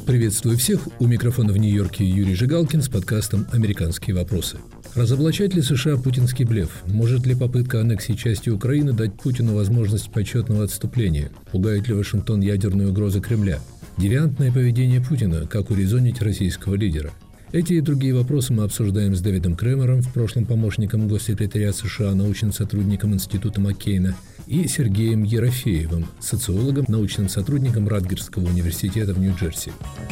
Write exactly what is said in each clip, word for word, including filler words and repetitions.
Приветствую всех. У микрофона в Нью-Йорке Юрий Жигалкин с подкастом «Американские вопросы». Разоблачает ли США путинский блеф? Может ли попытка аннексии части Украины дать Путину возможность почетного отступления? Пугает ли Вашингтон ядерные угрозы Кремля? Девиантное поведение Путина. Как урезонить российского лидера? Эти и другие вопросы мы обсуждаем с Дэвидом Кремером, в прошлом помощником госсекретаря США, научным сотрудником Института Маккейна, и Сергеем Ерофеевым, социологом, научным сотрудником Радгерского университета в Нью-Джерси.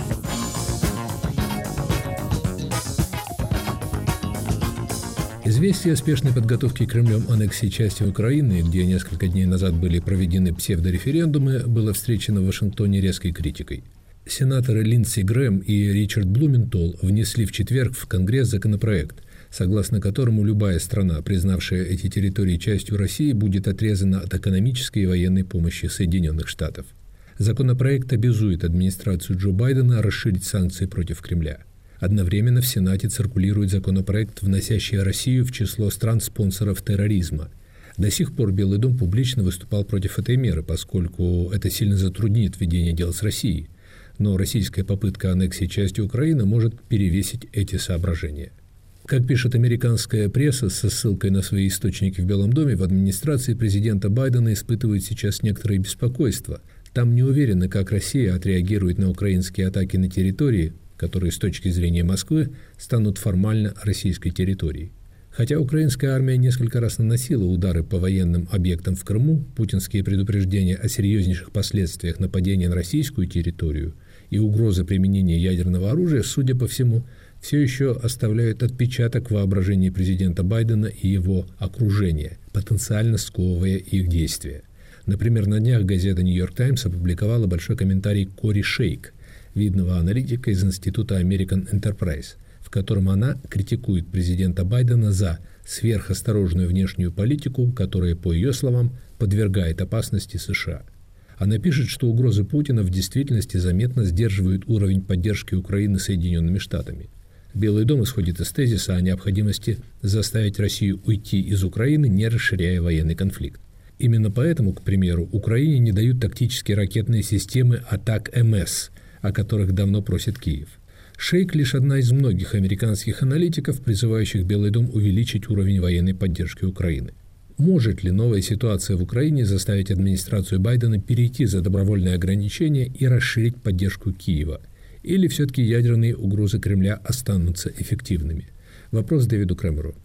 Известие о спешной подготовке Кремлем аннексии части Украины, где несколько дней назад были проведены псевдореферендумы, было встречено в Вашингтоне резкой критикой. Сенаторы Линдси Грэм и Ричард Блументол внесли в четверг в Конгресс законопроект, согласно которому любая страна, признавшая эти территории частью России, будет отрезана от экономической и военной помощи Соединенных Штатов. Законопроект обязует администрацию Джо Байдена расширить санкции против Кремля. Одновременно в Сенате циркулирует законопроект, вносящий Россию в число стран-спонсоров терроризма. До сих пор Белый дом публично выступал против этой меры, поскольку это сильно затруднит ведение дел с Россией. Но российская попытка аннексии части Украины может перевесить эти соображения. Как пишет американская пресса со ссылкой на свои источники в Белом доме, в администрации президента Байдена испытывают сейчас некоторые беспокойства. Там не уверены, как Россия отреагирует на украинские атаки на территории, которые с точки зрения Москвы станут формально российской территорией. Хотя украинская армия несколько раз наносила удары по военным объектам в Крыму, путинские предупреждения о серьезнейших последствиях нападения на российскую территорию и угрозы применения ядерного оружия, судя по всему, все еще оставляют отпечаток в воображении президента Байдена и его окружения, потенциально сковывая их действия. Например, на днях газета «Нью-Йорк Таймс» опубликовала большой комментарий Кори Шейк, видного аналитика из Института American Enterprise, в котором она критикует президента Байдена за сверхосторожную внешнюю политику, которая, по ее словам, подвергает опасности США. Она пишет, что угрозы Путина в действительности заметно сдерживают уровень поддержки Украины Соединенными Штатами. Белый дом исходит из тезиса о необходимости заставить Россию уйти из Украины, не расширяя военный конфликт. Именно поэтому, к примеру, Украине не дают тактические ракетные системы АТАК-МС, о которых давно просит Киев. Шейк лишь одна из многих американских аналитиков, призывающих Белый дом увеличить уровень военной поддержки Украины. Может ли новая ситуация в Украине заставить администрацию Байдена перейти за добровольные ограничения и расширить поддержку Киева? Или все-таки ядерные угрозы Кремля останутся эффективными? Вопрос Дэвиду Кремеру.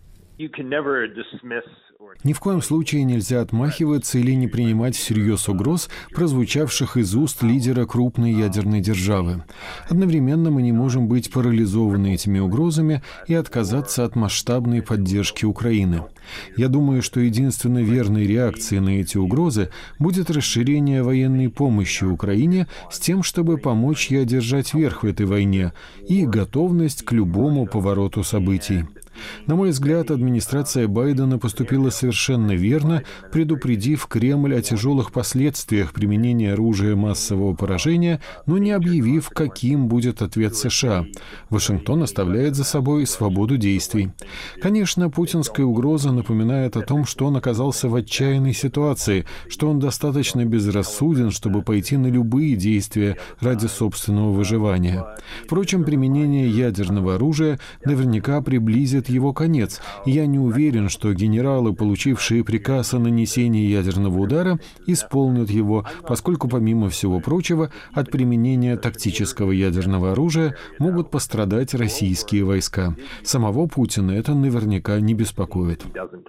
Ни в коем случае нельзя отмахиваться или не принимать всерьез угроз, прозвучавших из уст лидера крупной ядерной державы. Одновременно мы не можем быть парализованы этими угрозами и отказаться от масштабной поддержки Украины. Я думаю, что единственной верной реакцией на эти угрозы будет расширение военной помощи Украине с тем, чтобы помочь ей одержать верх в этой войне, и готовность к любому повороту событий. На мой взгляд, администрация Байдена поступила совершенно верно, предупредив Кремль о тяжелых последствиях применения оружия массового поражения, но не объявив, каким будет ответ США. Вашингтон оставляет за собой свободу действий. Конечно, путинская угроза напоминает о том, что он оказался в отчаянной ситуации, что он достаточно безрассуден, чтобы пойти на любые действия ради собственного выживания. Впрочем, применение ядерного оружия наверняка приблизит его конец, и я не уверен, что генералы, получившие приказ о нанесении ядерного удара, исполнят его, поскольку, помимо всего прочего, от применения тактического ядерного оружия могут пострадать российские войска. Самого Путина это наверняка не беспокоит.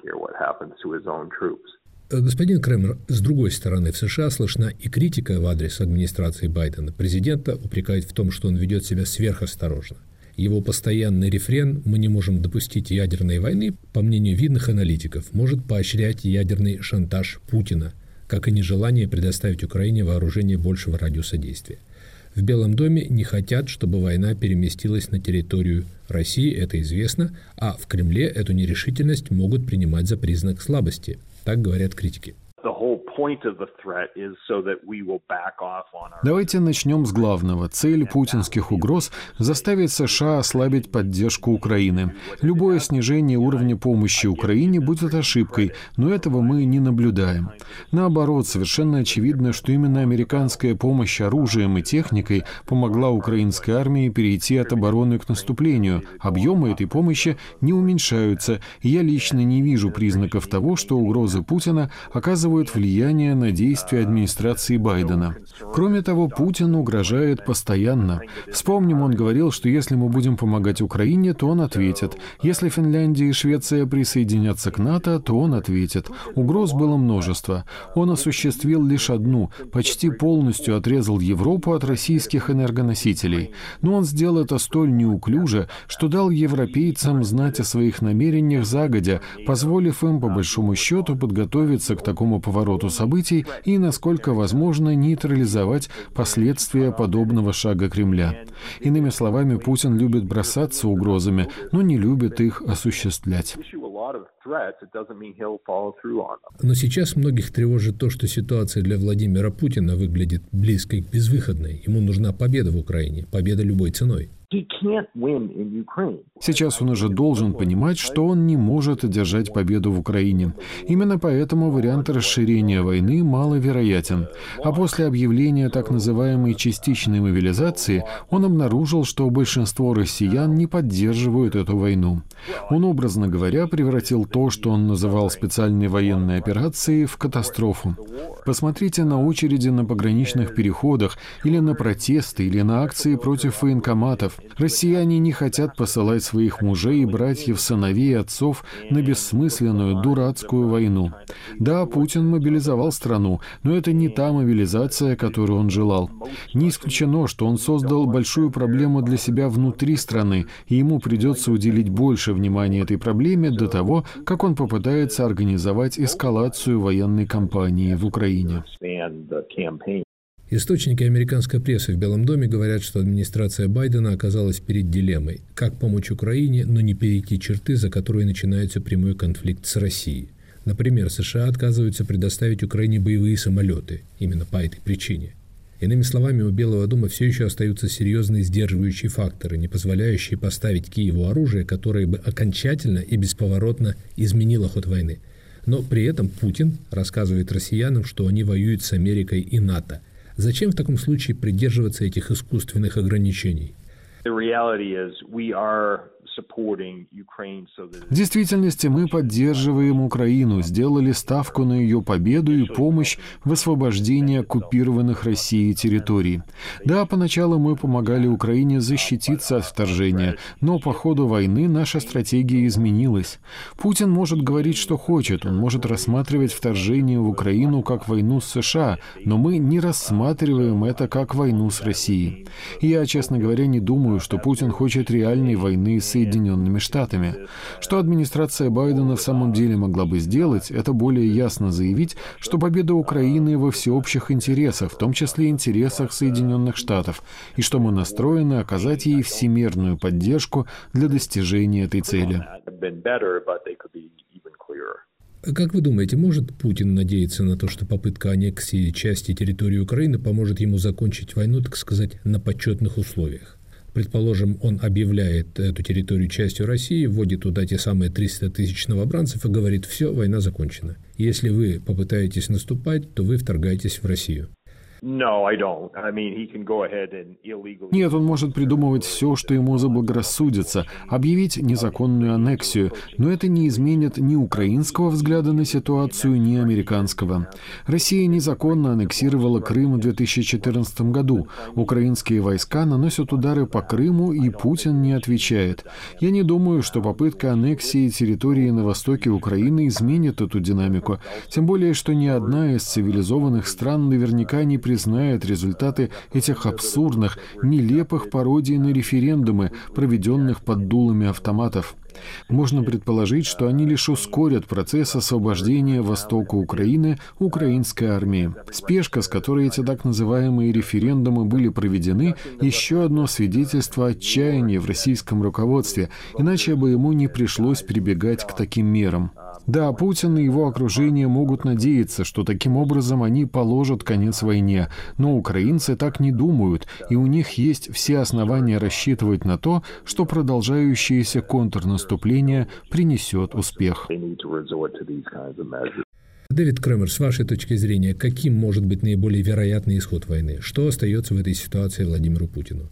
Господин Кремер, с другой стороны, в США слышна и критика в адрес администрации Байдена. Президента упрекают в том, что он ведет себя сверхосторожно. Его постоянный рефрен «мы не можем допустить ядерной войны», по мнению видных аналитиков, может поощрять ядерный шантаж Путина, как и нежелание предоставить Украине вооружение большего радиуса действия. В Белом доме не хотят, чтобы война переместилась на территорию России, это известно, а в Кремле эту нерешительность могут принимать за признак слабости. Так говорят критики. Давайте начнем с главного. Цель путинских угроз – заставить США ослабить поддержку Украины. Любое снижение уровня помощи Украине будет ошибкой, но этого мы не наблюдаем. Наоборот, совершенно очевидно, что именно американская помощь оружием и техникой помогла украинской армии перейти от обороны к наступлению. Объемы этой помощи не уменьшаются, и я лично не вижу признаков того, что угрозы Путина оказывают влияние на действия администрации Байдена. Кроме того, Путин угрожает постоянно. Вспомним, он говорил, что если мы будем помогать Украине, то он ответит. Если Финляндия и Швеция присоединятся к НАТО, то он ответит. Угроз было множество. Он осуществил лишь одну, почти полностью отрезал Европу от российских энергоносителей. Но он сделал это столь неуклюже, что дал европейцам знать о своих намерениях загодя, позволив им, по большому счету, подготовиться к такому повороту событий и, насколько возможно, нейтрализовать последствия подобного шага Кремля. Иными словами, Путин любит бросаться угрозами, но не любит их осуществлять. Но сейчас многих тревожит то, что ситуация для Владимира Путина выглядит близкой к безвыходной. Ему нужна победа в Украине, победа любой ценой. Сейчас он уже должен понимать, что он не может одержать победу в Украине. Именно поэтому вариант расширения войны маловероятен. А после объявления так называемой частичной мобилизации он обнаружил, что большинство россиян не поддерживают эту войну. Он, образно говоря, превратил то, что он называл специальной военной операцией, в катастрофу. Посмотрите на очереди на пограничных переходах, или на протесты, или на акции против военкоматов. Россияне не хотят посылать своих мужей, братьев, сыновей и отцов на бессмысленную, дурацкую войну. Да, Путин мобилизовал страну, но это не та мобилизация, которую он желал. Не исключено, что он создал большую проблему для себя внутри страны, и ему придется уделить больше внимания этой проблеме до того, как он попытается организовать эскалацию военной кампании в Украине. Источники американской прессы в Белом доме говорят, что администрация Байдена оказалась перед дилеммой: как помочь Украине, но не перейти черты, за которой начинается прямой конфликт с Россией. Например, США отказываются предоставить Украине боевые самолеты именно по этой причине. Иными словами, у Белого дома все еще остаются серьезные сдерживающие факторы, не позволяющие поставить Киеву оружие, которое бы окончательно и бесповоротно изменило ход войны. Но при этом Путин рассказывает россиянам, что они воюют с Америкой и НАТО. Зачем в таком случае придерживаться этих искусственных ограничений? В действительности мы поддерживаем Украину, сделали ставку на ее победу и помощь в освобождении оккупированных Россией территорий. Да, поначалу мы помогали Украине защититься от вторжения, но по ходу войны наша стратегия изменилась. Путин может говорить, что хочет, он может рассматривать вторжение в Украину как войну с США, но мы не рассматриваем это как войну с Россией. И я, честно говоря, не думаю, что Путин хочет реальной войны с Соединенными Штатами. Что администрация Байдена в самом деле могла бы сделать, это более ясно заявить, что победа Украины во всеобщих интересах, в том числе интересах Соединенных Штатов, и что мы настроены оказать ей всемирную поддержку для достижения этой цели. Как вы думаете, может Путин надеяться на то, что попытка аннексии части территории Украины поможет ему закончить войну, так сказать, на почетных условиях? Предположим, он объявляет эту территорию частью России, вводит туда те самые триста тысяч новобранцев и говорит: все, война закончена. Если вы попытаетесь наступать, то вы вторгаетесь в Россию. Нет, он может придумывать все, что ему заблагорассудится, объявить незаконную аннексию, но это не изменит ни украинского взгляда на ситуацию, ни американского. Россия незаконно аннексировала Крым в две тысячи четырнадцатом году. Украинские войска наносят удары по Крыму, и Путин не отвечает. Я не думаю, что попытка аннексии территории на востоке Украины изменит эту динамику. Тем более, что ни одна из цивилизованных стран наверняка не признает результаты этих абсурдных, нелепых пародий на референдумы, проведенных под дулами автоматов. Можно предположить, что они лишь ускорят процесс освобождения востока Украины украинской армии. Спешка, с которой эти так называемые референдумы были проведены, еще одно свидетельство отчаяния в российском руководстве, иначе бы ему не пришлось прибегать к таким мерам. Да, Путин и его окружение могут надеяться, что таким образом они положат конец войне, но украинцы так не думают, и у них есть все основания рассчитывать на то, что продолжающееся контрнаступление принесет успех. Дэвид Кремер, с вашей точки зрения, каким может быть наиболее вероятный исход войны? Что остается в этой ситуации Владимиру Путину?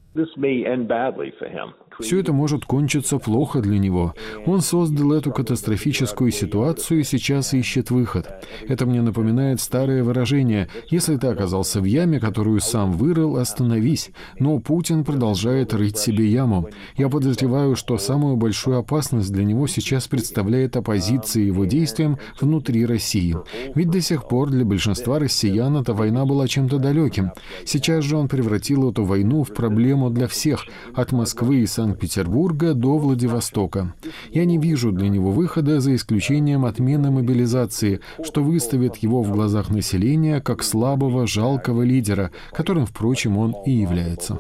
Все это может кончиться плохо для него. Он создал эту катастрофическую ситуацию и сейчас ищет выход. Это мне напоминает старое выражение: «Если ты оказался в яме, которую сам вырыл, остановись». Но Путин продолжает рыть себе яму. Я подозреваю, что самую большую опасность для него сейчас представляет оппозиция его действиям внутри России. Ведь до сих пор для большинства россиян эта война была чем-то далеким. Сейчас же он превратил эту войну в проблему для всех, от Москвы и Санкт-Петербурга до Владивостока. Я не вижу для него выхода, за исключением отмены мобилизации, что выставит его в глазах населения как слабого, жалкого лидера, которым, впрочем, он и является.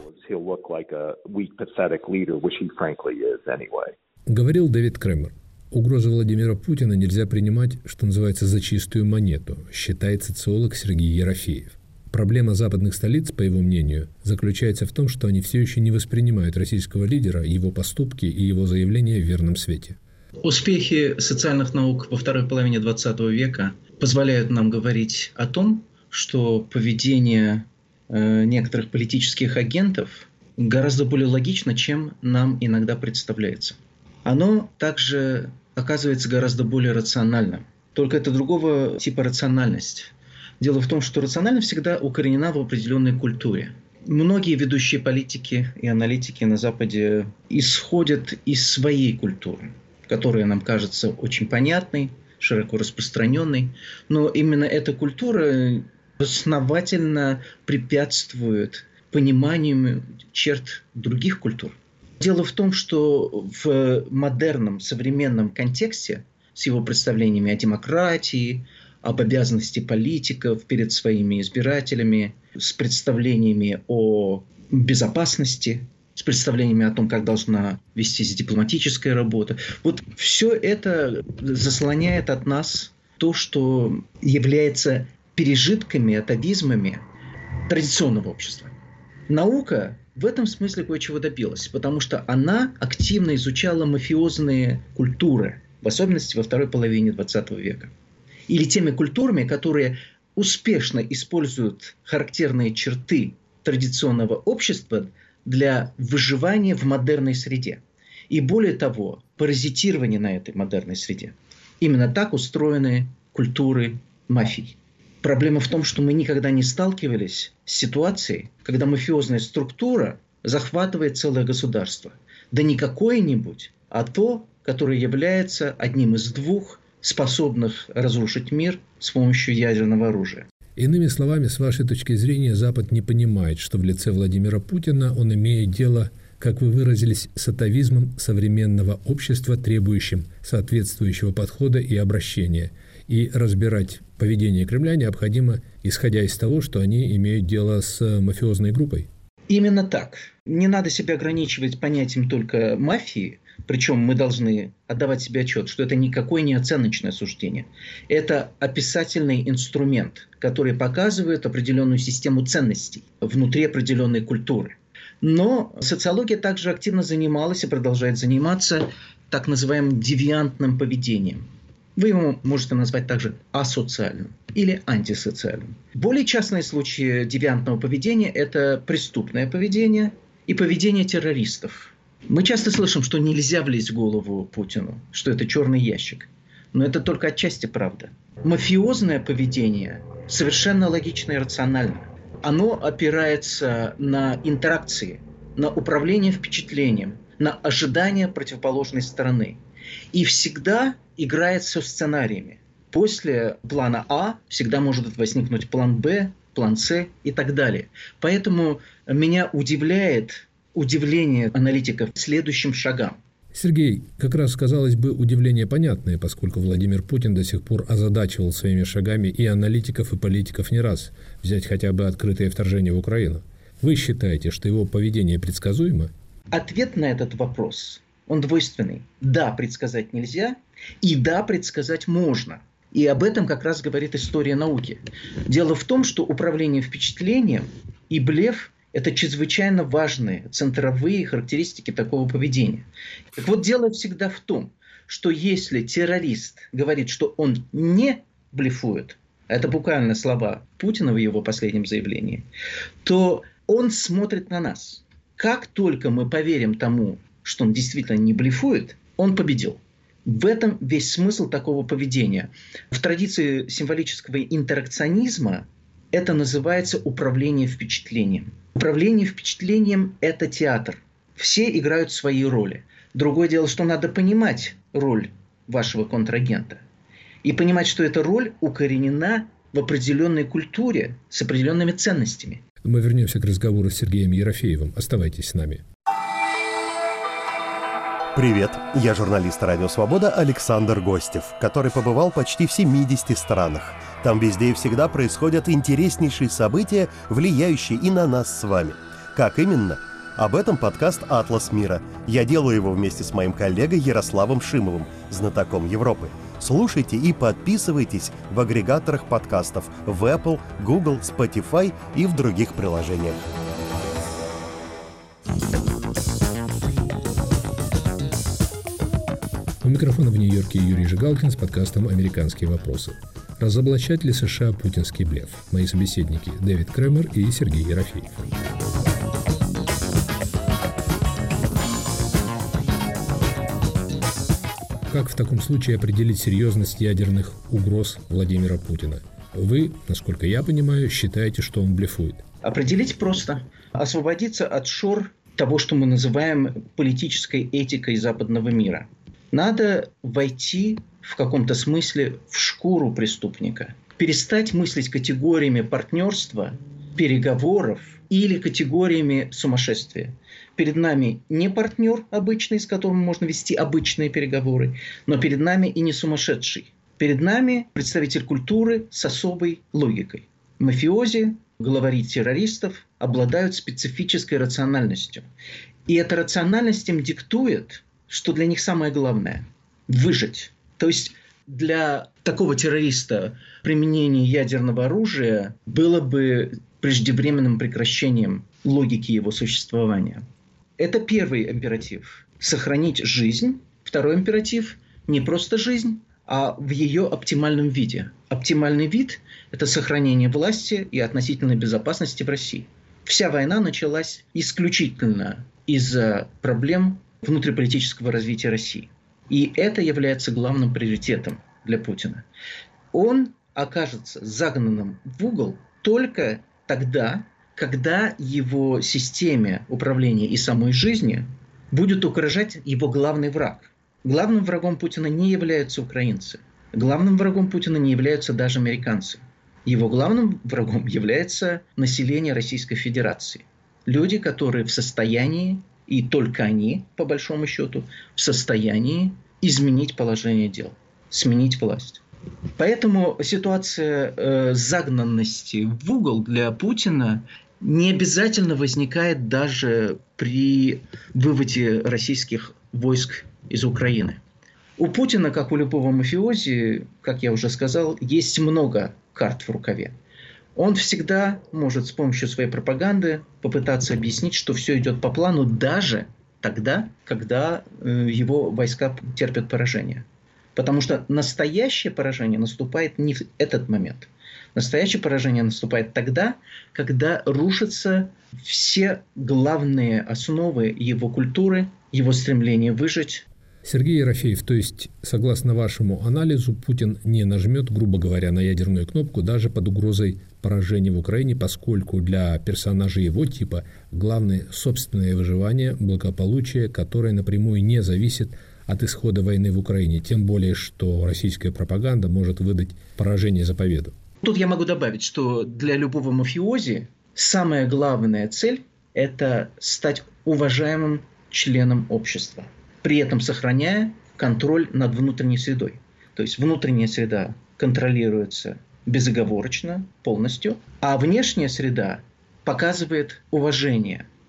Говорил Дэвид Кремер. Угрозу Владимира Путина нельзя принимать, что называется, за чистую монету, считает социолог Сергей Ерофеев. Проблема западных столиц, по его мнению, заключается в том, что они все еще не воспринимают российского лидера, его поступки и его заявления в верном свете. Успехи социальных наук во второй половине двадцатого века позволяют нам говорить о том, что поведение э, некоторых политических агентов гораздо более логично, чем нам иногда представляется. Оно также оказывается гораздо более рациональным. Только это другого типа рациональность. Дело в том, что рациональность всегда укоренена в определенной культуре. Многие ведущие политики и аналитики на Западе исходят из своей культуры, которая нам кажется очень понятной, широко распространенной. Но именно эта культура основательно препятствует пониманию черт других культур. Дело в том, что в модерном, современном контексте с его представлениями о демократии, об обязанности политиков перед своими избирателями, с представлениями о безопасности, с представлениями о том, как должна вестись дипломатическая работа. Вот все это заслоняет от нас то, что является пережитками, атовизмами традиционного общества. Наука в этом смысле кое-чего добилась, потому что она активно изучала мафиозные культуры, в особенности во второй половине двадцатого века. Или теми культурами, которые успешно используют характерные черты традиционного общества для выживания в модерной среде. И более того, паразитирование на этой модерной среде. Именно так устроены культуры мафий. Проблема в том, что мы никогда не сталкивались с ситуацией, когда мафиозная структура захватывает целое государство. Да не какое-нибудь, а то, которое является одним из двух способных разрушить мир с помощью ядерного оружия. Иными словами, с вашей точки зрения, Запад не понимает, что в лице Владимира Путина он имеет дело, как вы выразились, с атовизмом современного общества, требующим соответствующего подхода и обращения. И разбирать поведение Кремля необходимо, исходя из того, что они имеют дело с мафиозной группой. Именно так. Не надо себя ограничивать понятием только мафии. Причем мы должны отдавать себе отчет, что это никакое не оценочное суждение. Это описательный инструмент, который показывает определенную систему ценностей внутри определенной культуры. Но социология также активно занималась и продолжает заниматься так называемым девиантным поведением. Вы его можете назвать также асоциальным или антисоциальным. Более частные случаи девиантного поведения – это преступное поведение и поведение террористов. Мы часто слышим, что нельзя влезть в голову Путину, что это черный ящик. Но это только отчасти правда. Мафиозное поведение совершенно логично и рационально. Оно опирается на интеракции, на управление впечатлением, на ожидание противоположной стороны. И всегда играет со сценариями. После плана А всегда может возникнуть план Б, план С и так далее. Поэтому меня удивляет удивление аналитиков следующим шагам. Сергей, как раз, казалось бы, удивление понятное, поскольку Владимир Путин до сих пор озадачивал своими шагами и аналитиков, и политиков не раз. Взять хотя бы открытое вторжение в Украину. Вы считаете, что его поведение предсказуемо? Ответ на этот вопрос, он двойственный. Да, предсказать нельзя. И да, предсказать можно. И об этом как раз говорит история науки. Дело в том, что управление впечатлением и блеф – это чрезвычайно важные центровые характеристики такого поведения. Так вот, дело всегда в том, что если террорист говорит, что он не блефует, это буквально слова Путина в его последнем заявлении, то он смотрит на нас. Как только мы поверим тому, что он действительно не блефует, он победил. В этом весь смысл такого поведения. В традиции символического интеракционизма это называется управление впечатлением. Управление впечатлением – это театр. Все играют свои роли. Другое дело, что надо понимать роль вашего контрагента. И понимать, что эта роль укоренена в определенной культуре с определенными ценностями. Мы вернемся к разговору с Сергеем Ерофеевым. Оставайтесь с нами. Привет, я журналист «Радио Свобода» Александр Гостев, который побывал почти в семидесяти странах. Там везде и всегда происходят интереснейшие события, влияющие и на нас с вами. Как именно? Об этом подкаст «Атлас мира». Я делаю его вместе с моим коллегой Ярославом Шимовым, знатоком Европы. Слушайте и подписывайтесь в агрегаторах подкастов в Apple, Google, Spotify и в других приложениях. У микрофона в Нью-Йорке Юрий Жигалкин с подкастом «Американские вопросы». Разоблачат ли США путинский блеф? Мои собеседники Дэвид Кремер и Сергей Ерофеев. Как в таком случае определить серьезность ядерных угроз Владимира Путина? Вы, насколько я понимаю, считаете, что он блефует. Определить просто. Освободиться от шор того, что мы называем политической этикой западного мира. Надо войти в каком-то смысле в шкуру преступника. Перестать мыслить категориями партнерства, переговоров или категориями сумасшествия. Перед нами не партнер обычный, с которым можно вести обычные переговоры, но перед нами и не сумасшедший. Перед нами представитель культуры с особой логикой. Мафиози, главари террористов обладают специфической рациональностью. И эта рациональность им диктует, что для них самое главное – выжить. То есть для такого террориста применение ядерного оружия было бы преждевременным прекращением логики его существования. Это первый императив – сохранить жизнь. Второй императив – не просто жизнь, а в ее оптимальном виде. Оптимальный вид – это сохранение власти и относительной безопасности в России. Вся война началась исключительно из-за проблем внутриполитического развития России. И это является главным приоритетом для Путина. Он окажется загнанным в угол только тогда, когда его системе управления и самой жизни будет угрожать его главный враг. Главным врагом Путина не являются украинцы. Главным врагом Путина не являются даже американцы. Его главным врагом является население Российской Федерации. Люди, которые в состоянии, и только они, по большому счету, в состоянии изменить положение дел, сменить власть. Поэтому ситуация э, загнанности в угол для Путина не обязательно возникает даже при выводе российских войск из Украины. У Путина, как у любого мафиози, как я уже сказал, есть много карт в рукаве. Он всегда может с помощью своей пропаганды попытаться объяснить, что все идет по плану даже тогда, когда э, его войска терпят поражение. Потому что настоящее поражение наступает не в этот момент. Настоящее поражение наступает тогда, когда рушатся все главные основы его культуры, его стремления выжить. Сергей Ерофеев, то есть, согласно вашему анализу, Путин не нажмет, грубо говоря, на ядерную кнопку даже под угрозой поражения в Украине, поскольку для персонажа его типа главное собственное выживание, благополучие, которое напрямую не зависит от исхода войны в Украине. Тем более, что российская пропаганда может выдать поражение за победу. Тут я могу добавить, что для любого мафиози самая главная цель – это стать уважаемым членом общества, при этом сохраняя контроль над внутренней средой. То есть внутренняя среда контролируется безоговорочно, полностью, а внешняя среда показывает уважение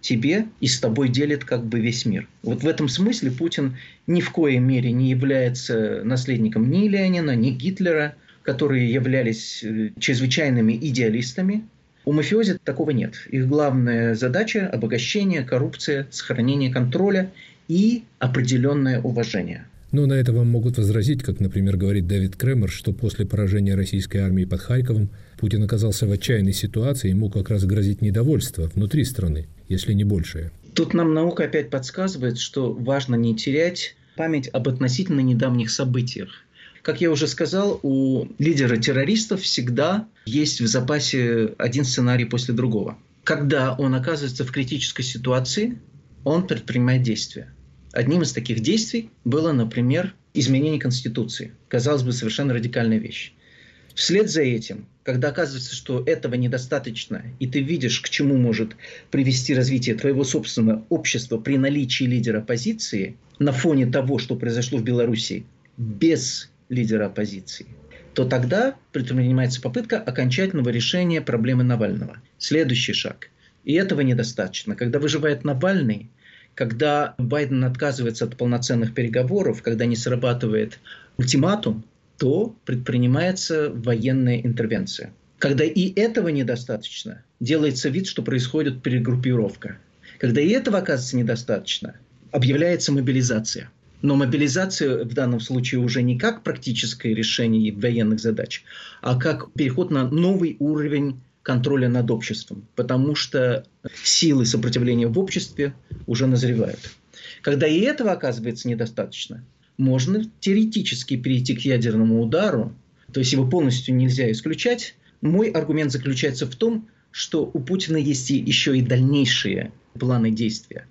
тебе и с тобой делит как бы весь мир. Вот в этом смысле Путин ни в коей мере не является наследником ни Ленина, ни Гитлера, которые являлись чрезвычайными идеалистами. У мафиози такого нет. Их главная задача – обогащение, коррупция, сохранение контроля и определенное уважение. Но на это вам могут возразить, как, например, говорит Дэвид Кремер, что после поражения российской армии под Харьковом Путин оказался в отчаянной ситуации, ему как раз грозит недовольство внутри страны, если не большее. Тут нам наука опять подсказывает, что важно не терять память об относительно недавних событиях. Как я уже сказал, у лидера террористов всегда есть в запасе один сценарий после другого. Когда он оказывается в критической ситуации, он предпринимает действия. Одним из таких действий было, например, изменение Конституции. Казалось бы, совершенно радикальная вещь. Вслед за этим, когда оказывается, что этого недостаточно, и ты видишь, к чему может привести развитие твоего собственного общества при наличии лидера оппозиции, на фоне того, что произошло в Беларуси, без лидера оппозиции, то тогда предпринимается попытка окончательного решения проблемы Навального. Следующий шаг. И этого недостаточно. Когда выживает Навальный, когда Байден отказывается от полноценных переговоров, когда не срабатывает ультиматум, то предпринимается военная интервенция. Когда и этого недостаточно, делается вид, что происходит перегруппировка. Когда и этого оказывается недостаточно, объявляется мобилизация. Но мобилизация в данном случае уже не как практическое решение военных задач, а как переход на новый уровень контроля над обществом. Потому что силы сопротивления в обществе уже назревают. Когда и этого оказывается недостаточно, можно теоретически перейти к ядерному удару, то есть его полностью нельзя исключать. Мой аргумент заключается в том, что у Путина есть и еще и дальнейшие планы действия.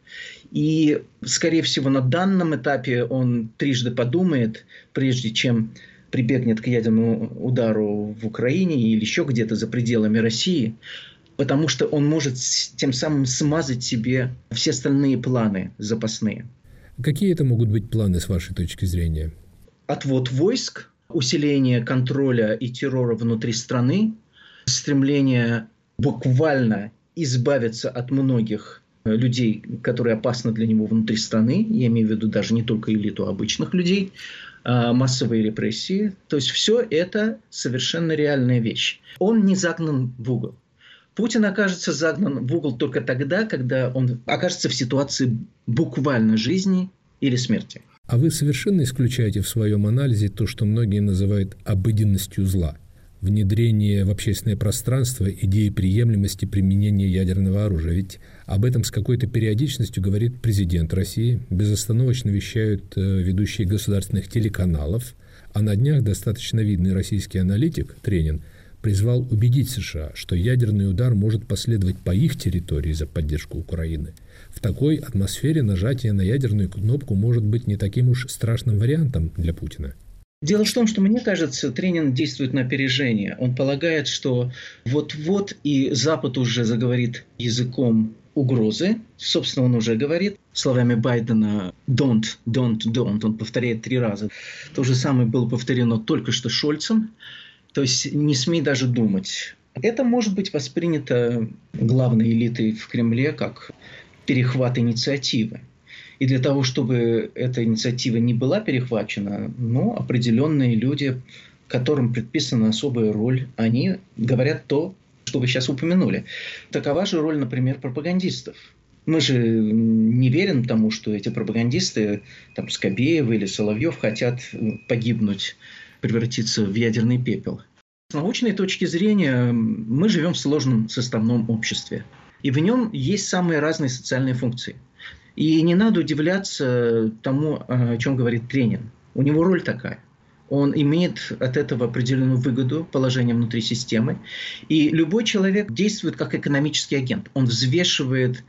И, скорее всего, на данном этапе он трижды подумает, прежде чем прибегнет к ядерному удару в Украине или еще где-то за пределами России, потому что он может тем самым смазать себе все остальные планы запасные. Какие это могут быть планы с вашей точки зрения? Отвод войск, усиление контроля и террора внутри страны, стремление буквально избавиться от многих людей, которые опасны для него внутри страны, я имею в виду даже не только элиту, а обычных людей, массовые репрессии. То есть все это совершенно реальная вещь. Он не загнан в угол. Путин окажется загнан в угол только тогда, когда он окажется в ситуации буквально жизни или смерти. А вы совершенно исключаете в своем анализе то, что многие называют обыденностью зла. Внедрение в общественное пространство идеи приемлемости применения ядерного оружия. Ведь об этом с какой-то периодичностью говорит президент России, безостановочно вещают ведущие государственных телеканалов, а на днях достаточно видный российский аналитик Тренин призвал убедить США, что ядерный удар может последовать по их территории за поддержку Украины. В такой атмосфере нажатие на ядерную кнопку может быть не таким уж страшным вариантом для Путина. Дело в том, что, мне кажется, Тренин действует на опережение. Он полагает, что вот-вот и Запад уже заговорит языком угрозы. Собственно, он уже говорит словами Байдена «don't, don't, don't». Он повторяет три раза. То же самое было повторено только что Шольцем. То есть не смей даже думать. Это может быть воспринято главной элитой в Кремле как перехват инициативы. И для того, чтобы эта инициатива не была перехвачена, ну, определенные люди, которым предписана особая роль, они говорят то, что вы сейчас упомянули. Такова же роль, например, пропагандистов. Мы же не верим тому, что эти пропагандисты, там, Скобеев или Соловьев, хотят погибнуть, превратиться в ядерный пепел. С научной точки зрения мы живем в сложном составном обществе. И в нем есть самые разные социальные функции. И не надо удивляться тому, о чем говорит Тренин. У него роль такая. Он имеет от этого определенную выгоду, положение внутри системы. И любой человек действует как экономический агент. Он взвешивает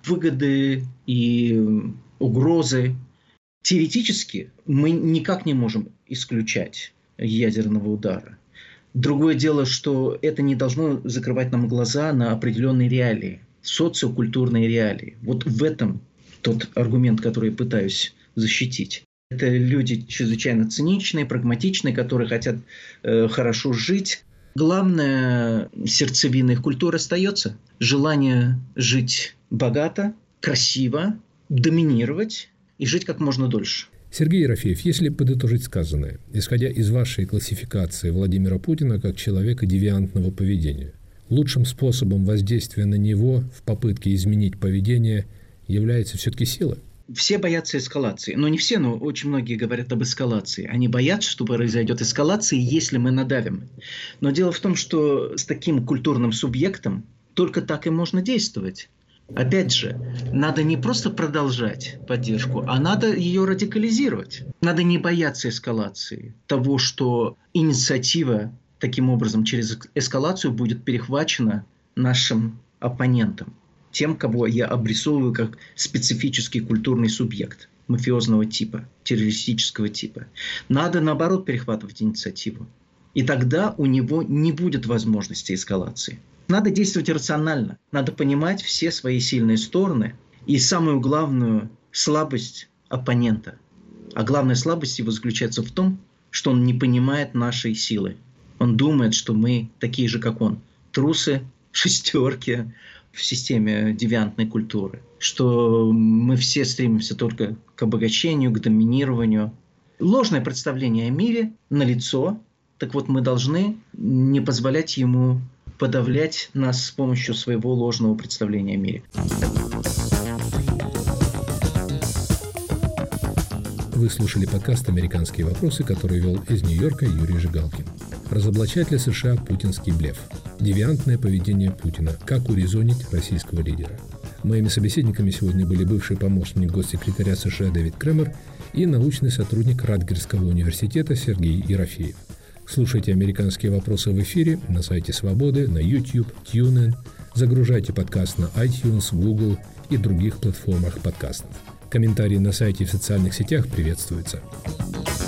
выгоды и угрозы. Теоретически мы никак не можем исключать ядерного удара. Другое дело, что это не должно закрывать нам глаза на определенные реалии, социокультурные реалии. Вот в этом тот аргумент, который я пытаюсь защитить. Это люди чрезвычайно циничные, прагматичные, которые хотят э, хорошо жить. Главная сердцевина их культуры остается. Желание жить богато, красиво, доминировать и жить как можно дольше. Сергей Ерофеев, если подытожить сказанное, исходя из вашей классификации Владимира Путина как человека девиантного поведения, лучшим способом воздействия на него в попытке изменить поведение является все-таки сила? Все боятся эскалации. Но не все, но очень многие говорят об эскалации. Они боятся, что произойдет эскалация, если мы надавим. Но дело в том, что с таким культурным субъектом только так и можно действовать. Опять же, надо не просто продолжать поддержку, а надо ее радикализировать. Надо не бояться эскалации, того, что инициатива таким образом через эскалацию будет перехвачена нашим оппонентом, тем, кого я обрисовываю как специфический культурный субъект мафиозного типа, террористического типа. Надо, наоборот, перехватывать инициативу. И тогда у него не будет возможности эскалации. Надо действовать рационально. Надо понимать все свои сильные стороны и самую главную слабость оппонента. А главная слабость его заключается в том, что он не понимает нашей силы. Он думает, что мы такие же, как он. Трусы, шестерки в системе девиантной культуры. Что мы все стремимся только к обогащению, к доминированию. Ложное представление о мире налицо. Так вот, мы должны не позволять ему подавлять нас с помощью своего ложного представления о мире. Вы слушали подкаст «Американские вопросы», который вел из Нью-Йорка Юрий Жигалкин. Разоблачает ли США путинский блеф? Девиантное поведение Путина. Как урезонить российского лидера? Моими собеседниками сегодня были бывший помощник госсекретаря США Дэвид Кремер и научный сотрудник Ратгерского университета Сергей Ерофеев. Слушайте «Американские вопросы» в эфире на сайте Свободы, на YouTube, TuneIn. Загружайте подкаст на iTunes, Google и других платформах подкастов. Комментарии на сайте и в социальных сетях приветствуются.